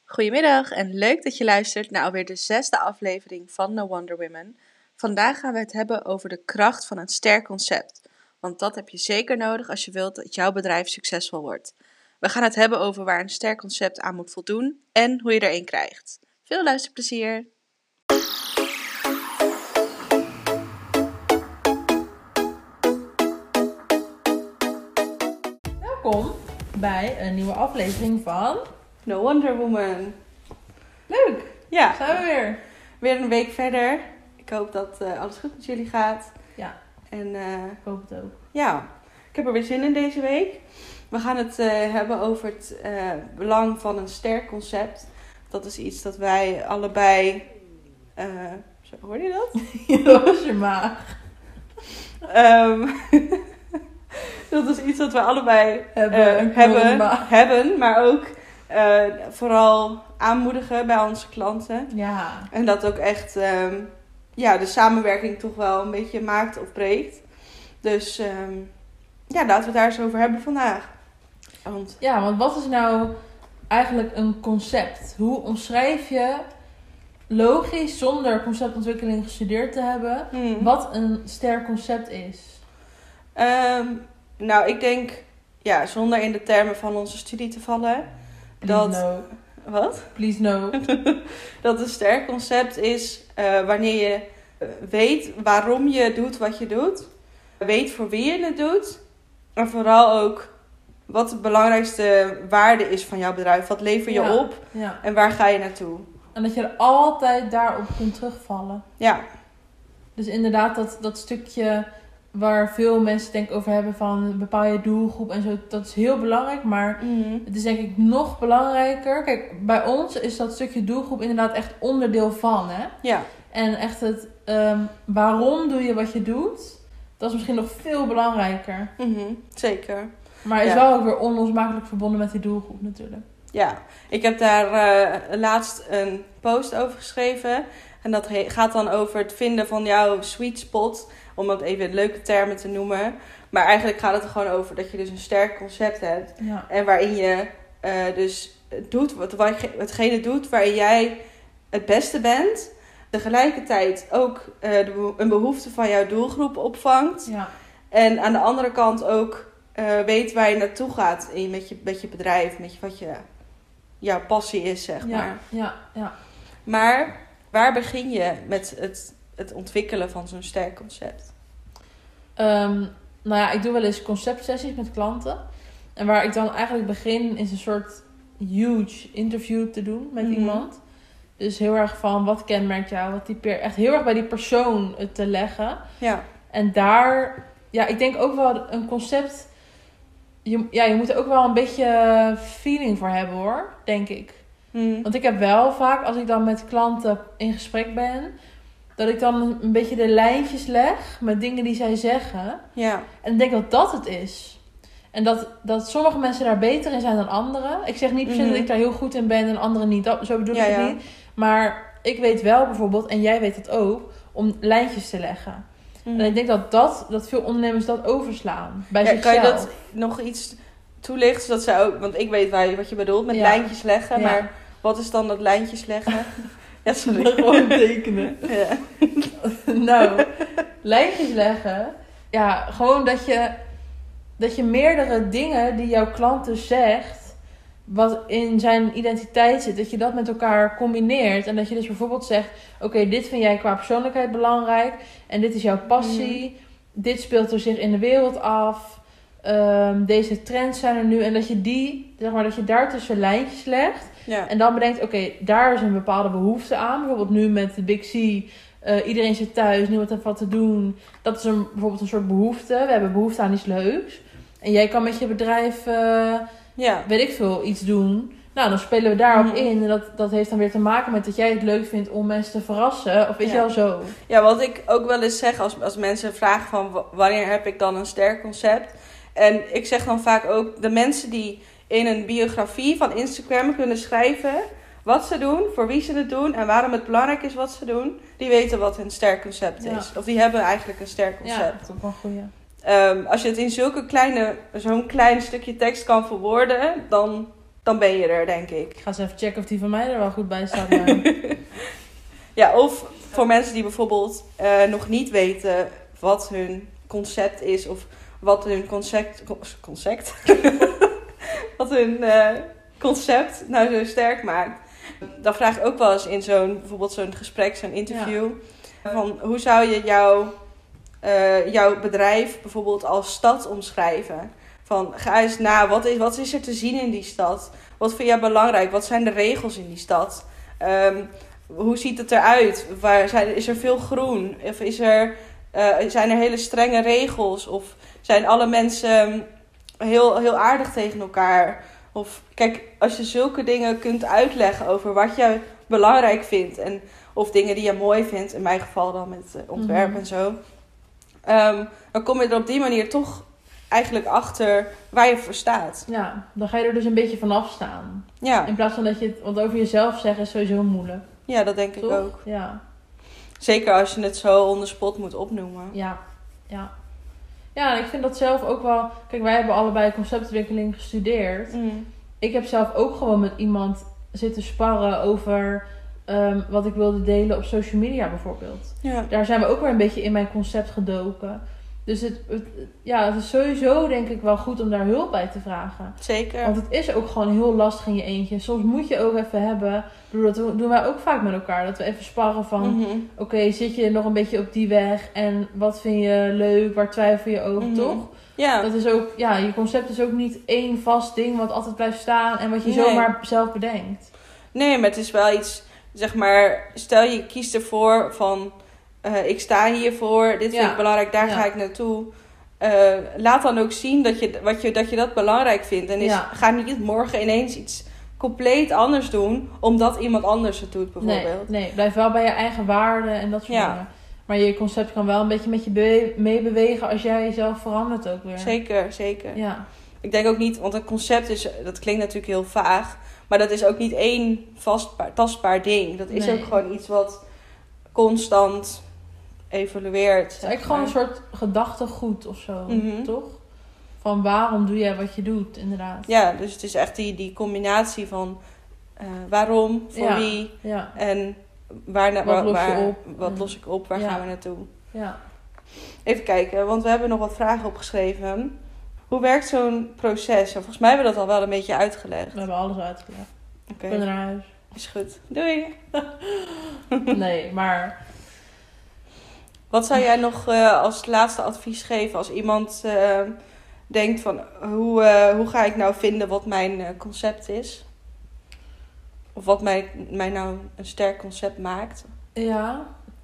Goedemiddag en leuk dat je luistert naar alweer de 6e aflevering van No Wonder Women. Vandaag gaan we het hebben over de kracht van een sterk concept. Want dat heb je zeker nodig als je wilt dat jouw bedrijf succesvol wordt. We gaan het hebben over waar een sterk concept aan moet voldoen en hoe je er een krijgt. Veel luisterplezier! Welkom bij een nieuwe aflevering van No Wonder Woman. Leuk! Ja, Zijn we weer? weer een week verder. Ik hoop dat alles goed met jullie gaat. Ja, En ik hoop het ook. ja, ik heb er weer zin in deze week. We gaan het hebben over het belang van een sterk concept. Dat is iets dat wij allebei... zo, hoorde je dat? Dat was je maag. Dat is iets dat we allebei Hebben. hebben, maar ook vooral aanmoedigen bij onze klanten. Ja. En dat ook echt de samenwerking toch wel een beetje maakt of breekt. Dus laten we het daar eens over hebben vandaag. Want wat is nou eigenlijk een concept? Hoe omschrijf je logisch, zonder conceptontwikkeling gestudeerd te hebben, wat een sterk concept is? Ik denk, zonder in de termen van onze studie te vallen, Wat? Please no. Dat een sterk concept is wanneer je weet waarom je doet wat je doet. Weet voor wie je het doet. En vooral ook wat de belangrijkste waarde is van jouw bedrijf. Wat lever je op en waar ga je naartoe? En dat je er altijd daarop kunt terugvallen. Ja. Dus inderdaad dat stukje waar veel mensen denk over hebben van bepaal je doelgroep en zo. Dat is heel belangrijk, maar het is denk ik nog belangrijker. Kijk, bij ons is dat stukje doelgroep inderdaad echt onderdeel van, hè? Ja. En echt het waarom doe je wat je doet, dat is misschien nog veel belangrijker. Zeker. Maar is wel ook weer onlosmakelijk verbonden met die doelgroep natuurlijk. Ja, ik heb daar laatst een post over geschreven. En dat gaat dan over het vinden van jouw sweet spot. Om dat even in leuke termen te noemen. Maar eigenlijk gaat het er gewoon over dat je dus een sterk concept hebt. Ja. En waarin je dus doet hetgene doet waarin jij het beste bent. Tegelijkertijd ook een behoefte van jouw doelgroep opvangt. Ja. En aan de andere kant ook weet waar je naartoe gaat met je bedrijf. Met wat jouw passie is, zeg maar. Ja. Maar waar begin je met het ontwikkelen van zo'n sterk concept? Ik doe wel eens conceptsessies met klanten. En waar ik dan eigenlijk begin is een soort huge interview te doen met iemand. Dus heel erg van wat kenmerkt jou, echt heel erg bij die persoon te leggen. Ja. En daar, ik denk ook wel een concept. Je moet er ook wel een beetje feeling voor hebben hoor, denk ik. Want ik heb wel vaak, als ik dan met klanten in gesprek ben, dat ik dan een beetje de lijntjes leg met dingen die zij zeggen. Ja. En ik denk dat dat het is. En dat sommige mensen daar beter in zijn dan anderen. Ik zeg niet per se dat ik daar heel goed in ben en anderen niet. Zo bedoel ik het niet. Maar ik weet wel bijvoorbeeld, en jij weet het ook, om lijntjes te leggen. En ik denk dat veel ondernemers dat overslaan bij zichzelf. Kan je dat nog iets toelichten? Zodat zij ook, want ik weet wat je bedoelt met lijntjes leggen. Ja. Maar wat is dan dat lijntjes leggen? Ja, sorry. Gewoon tekenen. Ja. Lijntjes leggen. Ja, gewoon dat je meerdere dingen die jouw klant dus zegt, wat in zijn identiteit zit, dat je dat met elkaar combineert. En dat je dus bijvoorbeeld zegt, oké, dit vind jij qua persoonlijkheid belangrijk. En dit is jouw passie. Dit speelt er zich in de wereld af. Deze trends zijn er nu. En dat je dat je daartussen lijntjes legt. Ja. En dan bedenkt, oké, daar is een bepaalde behoefte aan. Bijvoorbeeld nu met de Big C. Iedereen zit thuis, niemand heeft wat te doen. Dat is bijvoorbeeld een soort behoefte. We hebben behoefte aan iets leuks. En jij kan met je bedrijf, weet ik veel, iets doen. Nou, dan spelen we daarop in. En dat heeft dan weer te maken met dat jij het leuk vindt om mensen te verrassen. Of weet je wel zo. Ja, wat ik ook wel eens zeg als mensen vragen van wanneer heb ik dan een sterk concept. En ik zeg dan vaak ook, de mensen die in een biografie van Instagram kunnen schrijven wat ze doen, voor wie ze het doen en waarom het belangrijk is wat ze doen, die weten wat hun sterk concept is. Of die hebben eigenlijk een sterk concept. Ja, dat is ook wel goed, Als je het in zo'n klein stukje tekst kan verwoorden, dan dan ben je er, denk ik. Ik ga eens even checken of die van mij er wel goed bij staat. Maar... Ja, of voor mensen die bijvoorbeeld nog niet weten wat hun concept is. Of wat hun concept wat hun concept nou zo sterk maakt. Dan vraag ik ook wel eens in bijvoorbeeld zo'n gesprek, zo'n interview. Ja. Van hoe zou je jouw bedrijf bijvoorbeeld als stad omschrijven? Van ga eens na, wat is er te zien in die stad? Wat vind jij belangrijk? Wat zijn de regels in die stad? Hoe ziet het eruit? Is er veel groen? Of zijn er hele strenge regels? Of zijn alle mensen heel, heel aardig tegen elkaar? Of kijk, als je zulke dingen kunt uitleggen over wat je belangrijk vindt. Of dingen die je mooi vindt. In mijn geval dan met ontwerp en zo. Dan kom je er op die manier toch eigenlijk achter waar je voor staat. Ja, dan ga je er dus een beetje vanaf staan. Ja. In plaats van dat je het... Want over jezelf zeggen is sowieso moeilijk. Ja, dat denk Toch? ik ook. Ja. Zeker als je het zo on the spot moet opnoemen. Ja. Ja, en ik vind dat zelf ook wel... Kijk, wij hebben allebei conceptontwikkeling gestudeerd. Ik heb zelf ook gewoon met iemand zitten sparren over... wat ik wilde delen op social media bijvoorbeeld. Ja. Daar zijn we ook weer een beetje in mijn concept gedoken. Dus het is sowieso denk ik wel goed om daar hulp bij te vragen. Zeker. Want het is ook gewoon heel lastig in je eentje. Soms moet je ook even hebben. Ik bedoel, dat doen wij ook vaak met elkaar. Dat we even sparren van... Oké, zit je nog een beetje op die weg? En wat vind je leuk? Waar twijfel je over, toch? Ja. Dat is ook... Ja, je concept is ook niet één vast ding wat altijd blijft staan. En wat je zomaar zelf bedenkt. Nee, maar het is wel iets... Zeg maar, stel je kiest ervoor van... ik sta hiervoor, dit vind ik belangrijk, daar ga ik naartoe. Laat dan ook zien dat je dat belangrijk vindt. En ga niet morgen ineens iets compleet anders doen, omdat iemand anders het doet bijvoorbeeld. Nee, blijf wel bij je eigen waarden en dat soort dingen. Maar je concept kan wel een beetje met je meebewegen als jij jezelf verandert ook weer. Zeker. Ja. Ik denk ook niet, want een concept dat klinkt natuurlijk heel vaag, maar dat is ook niet één tastbaar ding. Dat is ook gewoon iets wat constant evolueert. Het is eigenlijk gewoon een soort gedachtegoed of zo, toch? Van waarom doe jij wat je doet, inderdaad. Ja, dus het is echt die combinatie van waarom, voor wie en wat los ik op, waar gaan we naartoe. Ja. Even kijken, want we hebben nog wat vragen opgeschreven. Hoe werkt zo'n proces? Volgens mij hebben we dat al wel een beetje uitgelegd. We hebben alles uitgelegd. Oké. Ik ben naar huis. Is goed. Doei. Nee, maar... Wat zou jij nog als laatste advies geven als iemand denkt van... Hoe ga ik nou vinden wat mijn concept is? Of wat mij nou een sterk concept maakt? Ja.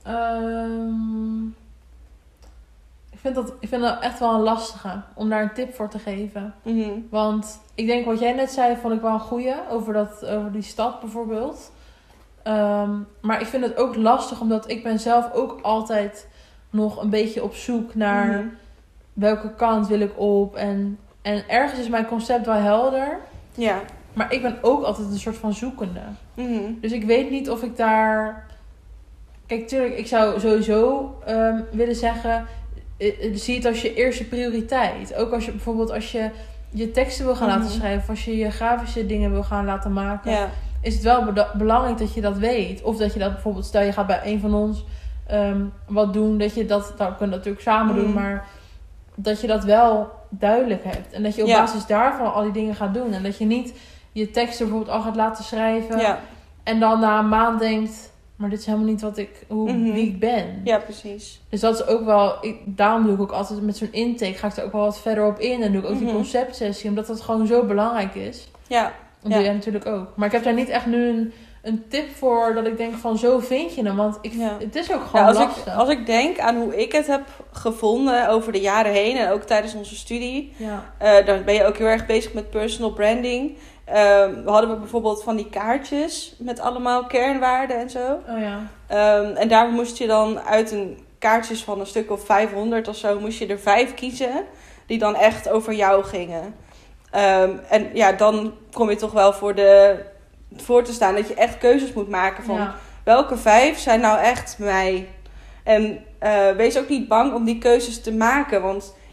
Ik vind dat echt wel een lastige om daar een tip voor te geven. Want ik denk wat jij net zei, vond ik wel een goeie. Over die stad bijvoorbeeld. Maar ik vind het ook lastig, omdat ik ben zelf ook altijd nog een beetje op zoek naar welke kant wil ik op. En ergens is mijn concept wel helder. Ja. Maar ik ben ook altijd een soort van zoekende. Dus ik weet niet of ik daar... Kijk, tuurlijk, ik zou sowieso willen zeggen... zie het als je eerste prioriteit. Ook als je bijvoorbeeld je teksten wil gaan laten schrijven... of als je je grafische dingen wil gaan laten maken... Ja. Is het wel belangrijk dat je dat weet. Of dat je dat bijvoorbeeld... Stel, je gaat bij een van ons wat doen... dat je dat... Nou, we kunnen dat natuurlijk samen doen... maar dat je dat wel duidelijk hebt. En dat je op basis daarvan al die dingen gaat doen. En dat je niet je teksten bijvoorbeeld al gaat laten schrijven... Ja. en dan na een maand denkt... maar dit is helemaal niet wie ik ben. Ja, precies. Dus dat is ook wel... daarom doe ik ook altijd met zo'n intake... ga ik er ook wel wat verder op in. En doe ik ook die conceptsessie... omdat dat gewoon zo belangrijk is. Ja. Dat doe jij natuurlijk ook. Maar ik heb daar niet echt nu een tip voor... dat ik denk van zo vind je hem. Want het is ook gewoon lastig. Als ik denk aan hoe ik het heb gevonden... over de jaren heen... en ook tijdens onze studie... dan ben je ook heel erg bezig met personal branding... hadden we bijvoorbeeld van die kaartjes met allemaal kernwaarden en zo. Oh ja. En daar moest je dan uit kaartjes van een stuk of 500 of zo... moest je er 5 kiezen die dan echt over jou gingen. En ja, dan kom je toch wel voor te staan dat je echt keuzes moet maken van... welke 5 zijn nou echt mij? En wees ook niet bang om die keuzes te maken, want...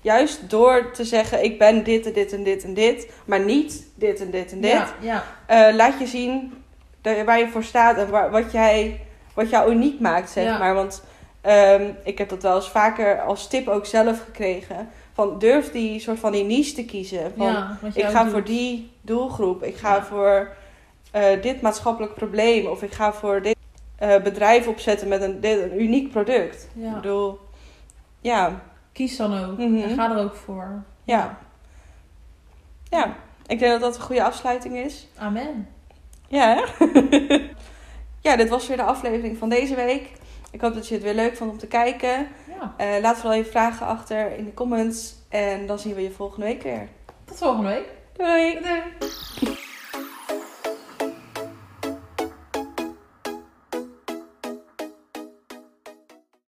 juist door te zeggen, ik ben dit en dit en dit en dit, maar niet dit en dit en dit. Laat je zien waar je voor staat en wat jou uniek maakt, zeg maar. Want ik heb dat wel eens vaker als tip ook zelf gekregen. Van durf die soort van die niche te kiezen. Van, ik ga voor die doelgroep. Ik ga voor dit maatschappelijk probleem. Of ik ga voor dit bedrijf opzetten met een uniek product. Ja. Ik bedoel, kies dan ook. En ga er ook voor. Ja, ik denk dat dat een goede afsluiting is. Amen. Ja, hè? Ja, dit was weer de aflevering van deze week. Ik hoop dat je het weer leuk vond om te kijken. Ja. Laat vooral je vragen achter in de comments. En dan zien we je volgende week weer. Tot volgende week. Doei! Doei.